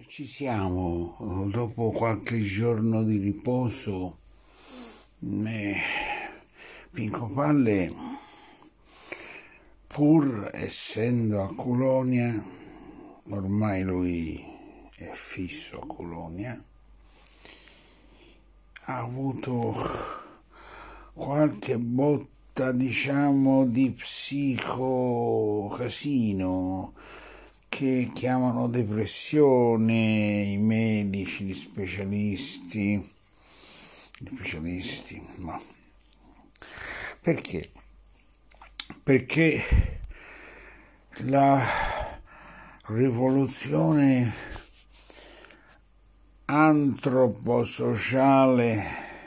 Ci siamo, dopo qualche giorno di riposo. Pinco Palle, pur essendo a Colonia, ormai lui è fisso a Colonia, ha avuto qualche botta, diciamo, di psicocasino che chiamano depressione i medici, gli specialisti, ma perché? Perché la rivoluzione antroposociale,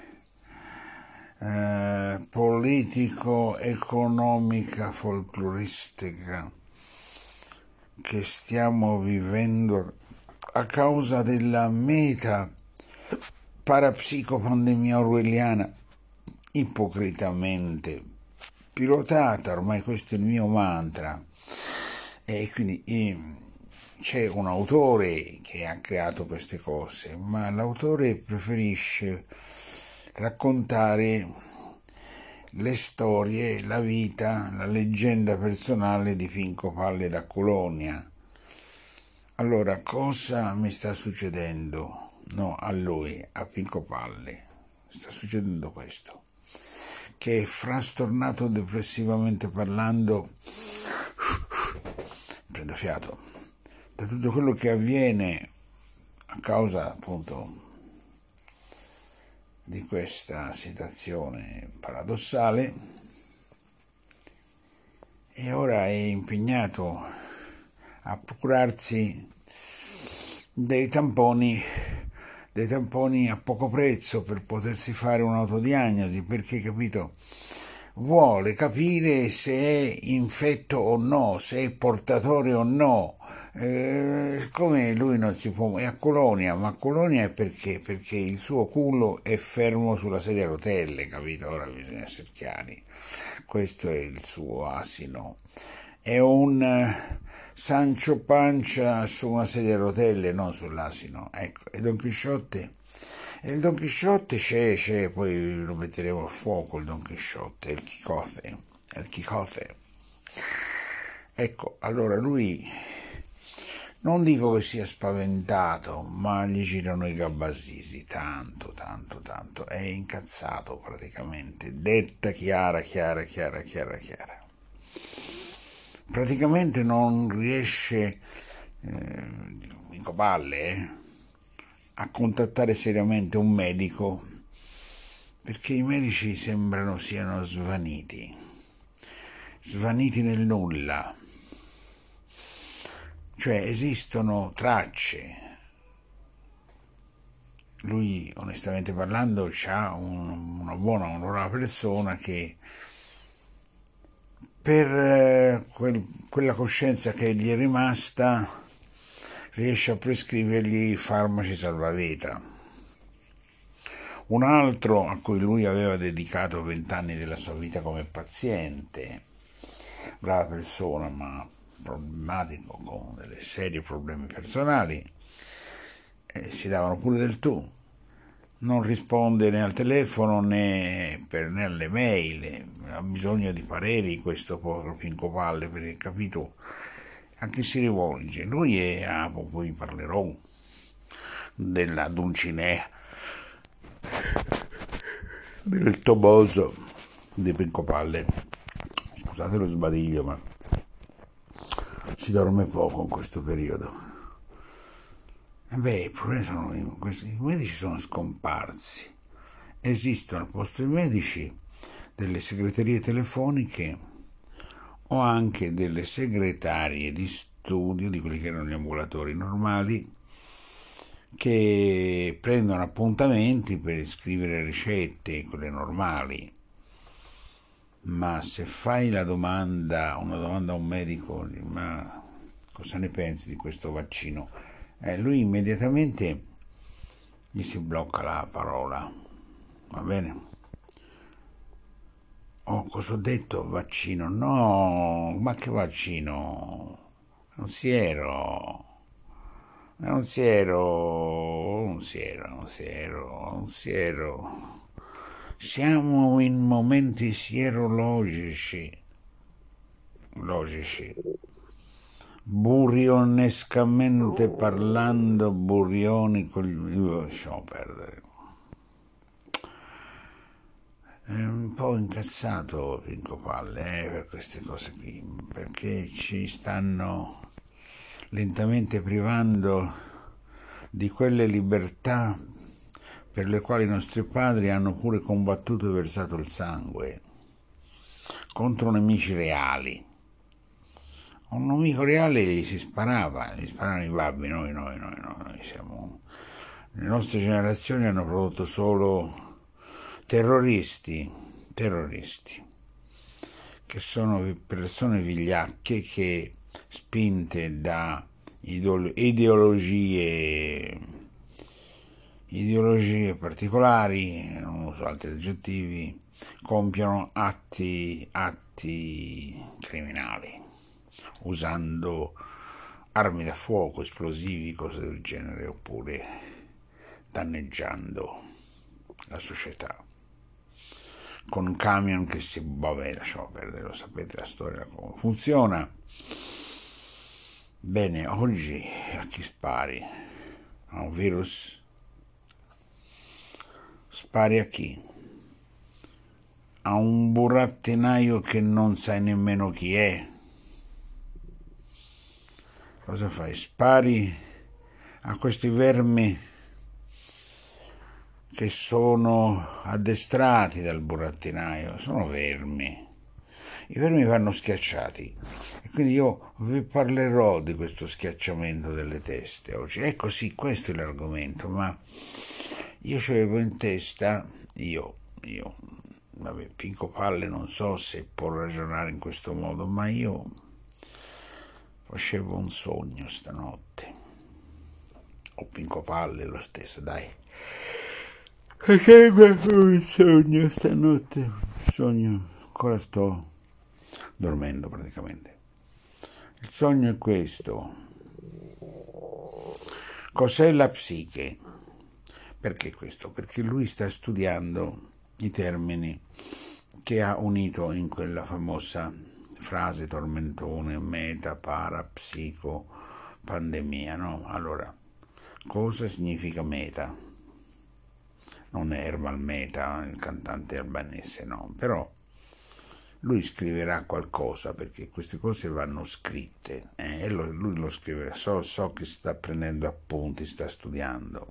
politico-economica, folcloristica che stiamo vivendo a causa della meta parapsicopandemia orwelliana ipocritamente pilotata, ormai questo è il mio mantra, e quindi c'è un autore che ha creato queste cose, ma l'autore preferisce raccontare le storie, la vita, la leggenda personale di Pinco Palle da Colonia. Allora, cosa mi sta succedendo? No, a lui, a Pinco Palle, sta succedendo questo, che frastornato depressivamente parlando, prendo fiato, da tutto quello che avviene a causa appunto di questa situazione paradossale, e ora è impegnato a procurarsi dei tamponi a poco prezzo per potersi fare un'autodiagnosi, perché, capito, vuole capire se è infetto o no, se è portatore o no. Come lui non si può, è a Colonia, ma a Colonia è perché il suo culo è fermo sulla sedia a rotelle, capito? Ora bisogna essere chiari, questo è il suo asino, è un Sancho Pancia su una sedia a rotelle, non sull'asino, ecco. E Don Chisciotte, c'è, poi lo metteremo a fuoco il Don Chisciotte, il Chicote. Ecco, allora lui, non dico che sia spaventato, ma gli girano i gabbasisi, tanto, è incazzato praticamente, detta chiara. Praticamente non riesce, Pinco Palle, a contattare seriamente un medico, perché i medici sembrano siano svaniti nel nulla. Cioè esistono tracce. Lui, onestamente parlando, ha una buona, onorevole persona che per quella coscienza che gli è rimasta riesce a prescrivergli farmaci salvavita. Un altro, a cui lui aveva dedicato 20 anni della sua vita come paziente, brava persona ma problematico, con delle serie problemi personali, si davano pure del tu, non risponde né al telefono né alle mail, ha bisogno di pareri questo povero Pinco Palle, perché, capito, a chi si rivolge? Lui è, poi parlerò della Dulcinea, del Toboso di Pinco Palle. Scusate lo sbadiglio, ma si dorme poco in questo periodo. I problemi sono i medici sono scomparsi. Esistono al posto dei medici delle segreterie telefoniche o anche delle segretarie di studio di quelli che erano gli ambulatori normali, che prendono appuntamenti per scrivere ricette, quelle normali. Ma se fai una domanda a un medico, ma cosa ne pensi di questo vaccino? Lui immediatamente gli si blocca la parola, va bene? Cosa ho detto? Vaccino? No, ma che vaccino? Non siero. non si ero. Siamo in momenti sierologici, burionescamente parlando, burioni lasciamo perdere. È un po' incazzato Pinco Palle per queste cose qui, perché ci stanno lentamente privando di quelle libertà per le quali i nostri padri hanno pure combattuto e versato il sangue contro nemici reali. Un nemico reale gli sparavano i babbi, noi siamo... Le nostre generazioni hanno prodotto solo terroristi, che sono persone vigliacche che, spinte da ideologie particolari, non uso altri aggettivi, compiono atti criminali usando armi da fuoco, esplosivi, cose del genere, oppure danneggiando la società con camion che si... vabbè, lasciamo perdere, lo sapete la storia come funziona. Bene, oggi a chi spari? A un virus? Spari a chi? A un burattinaio che non sai nemmeno chi è? Cosa fai? Spari a questi vermi che sono addestrati dal burattinaio, sono vermi. I vermi vanno schiacciati e quindi io vi parlerò di questo schiacciamento delle teste oggi. Ecco, sì, questo è l'argomento, ma io avevo in testa, vabbè, Pinco Palle non so se può ragionare in questo modo, ma io facevo un sogno stanotte, o Pinco Palle lo stesso, dai. Facevo un sogno stanotte, ancora sto dormendo praticamente. Il sogno è questo. Cos'è la psiche? Perché questo? Perché lui sta studiando i termini che ha unito in quella famosa frase tormentone, meta, para, psico, pandemia, no? Allora, cosa significa meta? Non è Ermal Meta, il cantante albanese, no, però lui scriverà qualcosa, perché queste cose vanno scritte, e lui lo scriverà, so che sta prendendo appunti, sta studiando.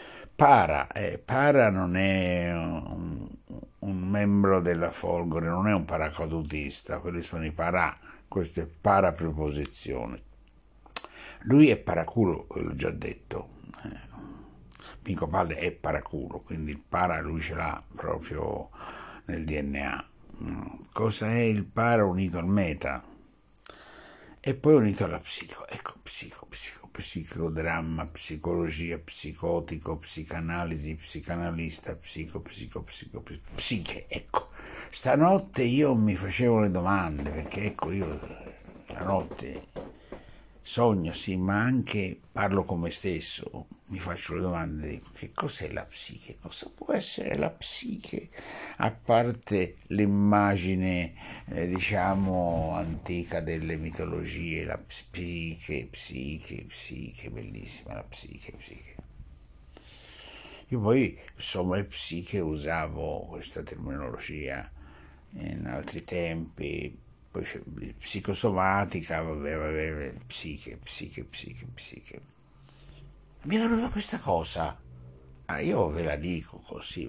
Para non è un membro della Folgore, non è un paracadutista, quelli sono i parà, questo è parapreposizione. Lui è paraculo, l'ho già detto. Pinco Palle è paraculo, quindi il para lui ce l'ha proprio nel DNA. Cosa è il para unito al meta? E poi unito alla psico. Ecco, psicodramma, psicologia, psicotico, psicanalisi, psicanalista, psiche, ecco. Stanotte io mi facevo le domande, perché ecco, io la notte sogno, sì, ma anche parlo con me stesso, mi faccio le domande, dico, che cos'è la psiche? Cosa può essere la psiche? A parte l'immagine, diciamo, antica delle mitologie, la psiche, bellissima la psiche. Io poi, insomma, psiche usavo questa terminologia in altri tempi, poi c'è psicosomatica, vabbè, psiche. Mi è venuta questa cosa. Io ve la dico così,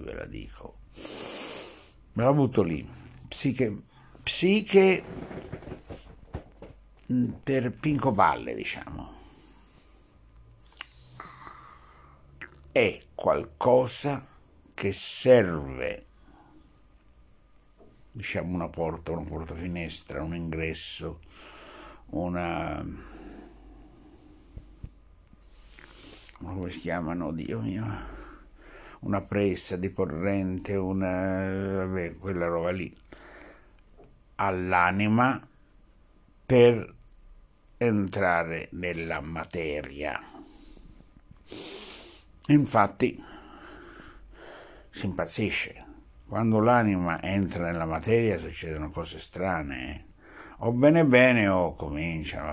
me la butto lì. Psiche per Pinco Palle, diciamo. È qualcosa che serve, diciamo, una porta finestra, un ingresso, come si chiamano, Dio mio, una presa di corrente, vabbè, quella roba lì, all'anima per entrare nella materia. Infatti si impazzisce. Quando l'anima entra nella materia succedono cose strane, o bene bene o comincia,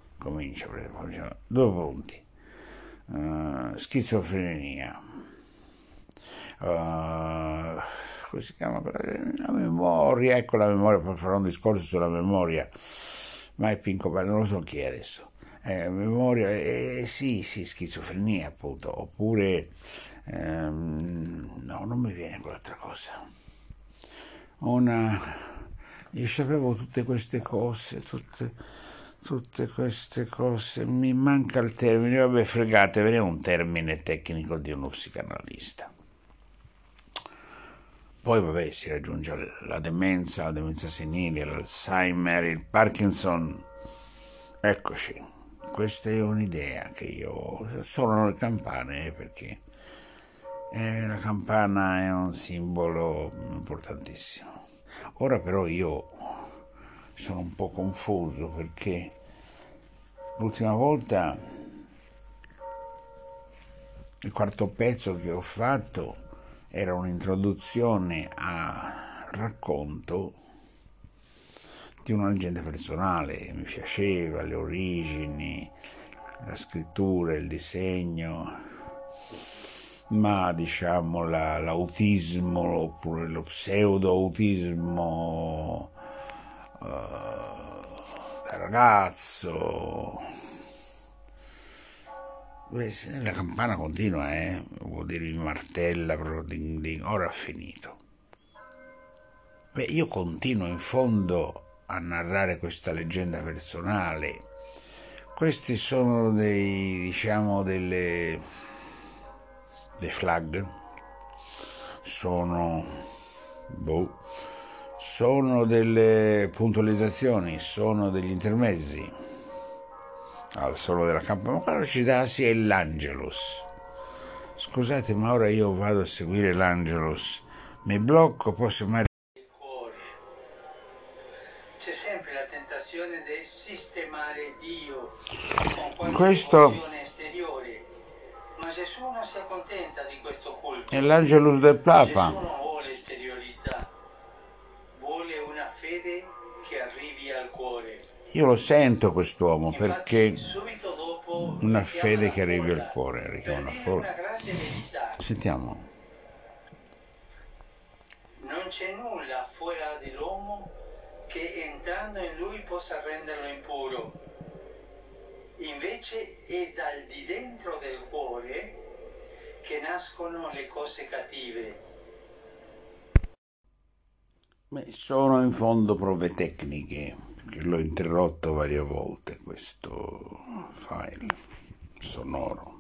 due punti. Schizofrenia, come si chiama? La memoria, ecco la memoria, poi farò un discorso sulla memoria, ma è Pinco, non lo so chi è adesso. Memoria, sì, schizofrenia appunto, oppure no, non mi viene quell'altra cosa. Io sapevo tutte queste cose, tutte queste cose, mi manca il termine, vabbè, fregate, veniva un termine tecnico di uno psicanalista. Poi vabbè, si raggiunge la demenza senile, l'Alzheimer, il Parkinson. Eccoci, questa è un'idea che io suonano le campane, perché la campana è un simbolo importantissimo. Ora però io sono un po' confuso, perché l'ultima volta il quarto pezzo che ho fatto era un'introduzione a racconto di una leggenda personale, mi piaceva, le origini, la scrittura, il disegno, ma diciamo l'autismo oppure lo pseudo-autismo da ragazzo. La campana continua, vuol dire mi martella, proprio ding ding. Ora ha finito. Io continuo in fondo a narrare questa leggenda personale. Questi sono dei flag, sono delle puntualizzazioni, sono degli intermezzi al solo della campana, ma quello ci dà sì è l'Angelus. Scusate, ma ora io vado a seguire l'Angelus, mi blocco, poi semmai c'è sempre la tentazione di sistemare Dio con qualche questo devozione esteriore, ma Gesù non si accontenta di questo culto. è l'Angelus del Papa. Gesù non vuole esteriorità, vuole una fede che arrivi al cuore. Io lo sento quest'uomo. Infatti, perché subito dopo una richiama fede la che arrivi folla, al cuore, richiama per una dire folla. una grande verità. Sentiamo. Non c'è nulla fuori dell'uomo che entrando in lui possa renderlo impuro. Invece è dal di dentro del cuore che nascono le cose cattive. Sono in fondo prove tecniche, perché l'ho interrotto varie volte questo file sonoro.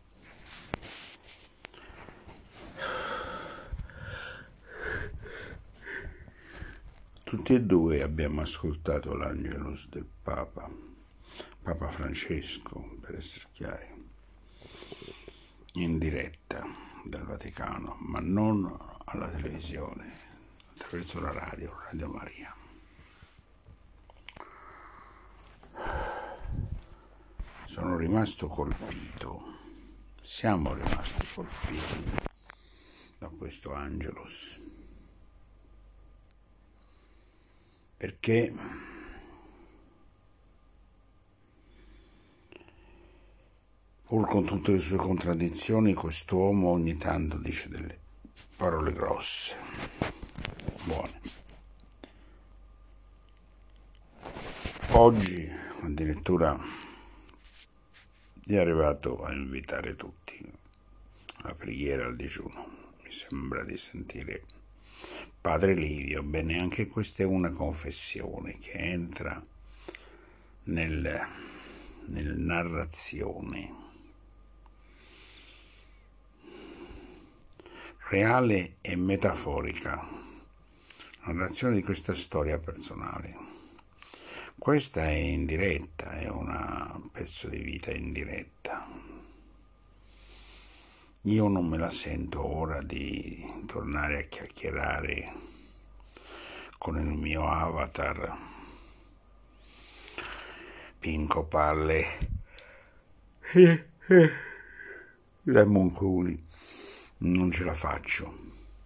Tutti e due abbiamo ascoltato l'Angelus del Papa Francesco, per essere chiari, in diretta dal Vaticano, ma non alla televisione, attraverso la Radio Maria. Sono rimasto colpito, siamo rimasti colpiti da questo Angelus, perché pur con tutte le sue contraddizioni quest'uomo ogni tanto dice delle parole grosse, buone. Oggi addirittura è arrivato a invitare tutti alla preghiera, al digiuno. Mi sembra di sentire Padre Livio. Bene, anche questa è una confessione che entra nel narrazione reale e metaforica, narrazione di questa storia personale. Questa è in diretta, è un pezzo di vita in diretta. Io non me la sento ora di tornare a chiacchierare con il mio avatar Pinco Palle Monculi, non ce la faccio.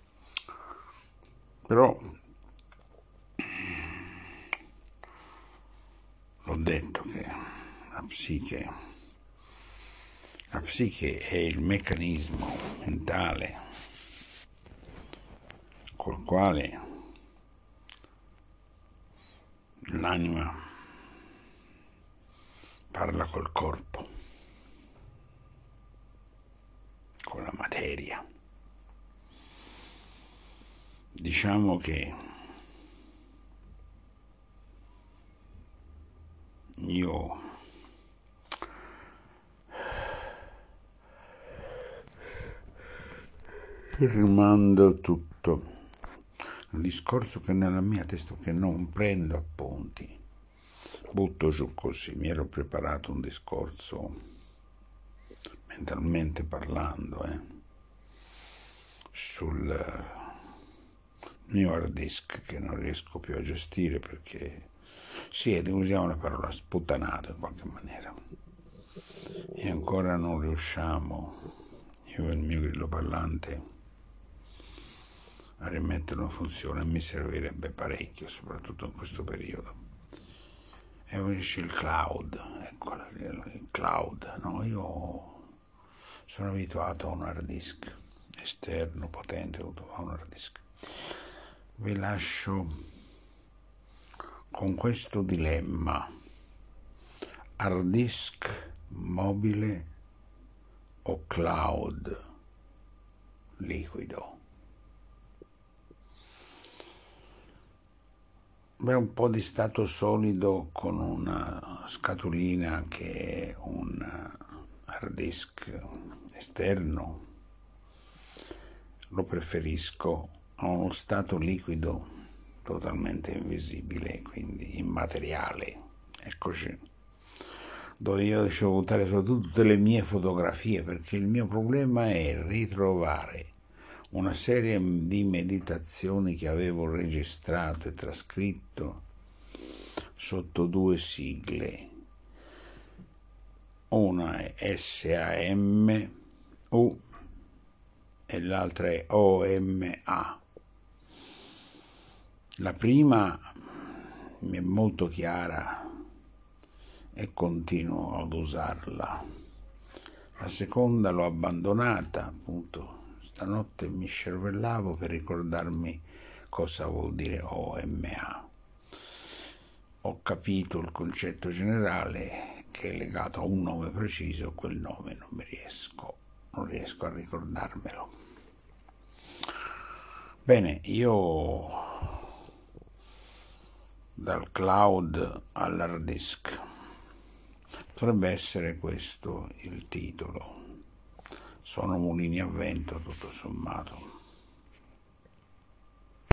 Però l'ho detto che la psiche è il meccanismo mentale col quale l'anima parla col corpo, con la materia. Diciamo che io rimando tutto al discorso che nella mia testa, che non prendo appunti, butto giù così. Mi ero preparato un discorso mentalmente parlando sul mio hard disk, che non riesco più a gestire perché usiamo la parola sputtanato in qualche maniera, e ancora non riusciamo, io e il mio grillo parlante, a rimetterlo in funzione. Mi servirebbe parecchio, soprattutto in questo periodo. E poi c'è il cloud, ecco, il cloud, no? Io sono abituato a un hard disk esterno, potente, a un hard disk. Vi lascio con questo dilemma: hard disk mobile o cloud liquido? Beh, un po' di stato solido con una scatolina che è un hard disk esterno lo preferisco a uno stato liquido totalmente invisibile, quindi immateriale. Eccoci, dove io devo buttare soprattutto tutte le mie fotografie, perché il mio problema è ritrovare una serie di meditazioni che avevo registrato e trascritto sotto due sigle. Una è SAMU e l'altra è OMA. La prima mi è molto chiara e continuo ad usarla. La seconda l'ho abbandonata, appunto. Stanotte mi scervellavo per ricordarmi cosa vuol dire OMA. Ho capito il concetto generale, che è legato a un nome preciso. Quel nome non riesco a ricordarmelo. Bene, io dal cloud all'hard disk, potrebbe essere questo il titolo. Sono mulini a vento, tutto sommato.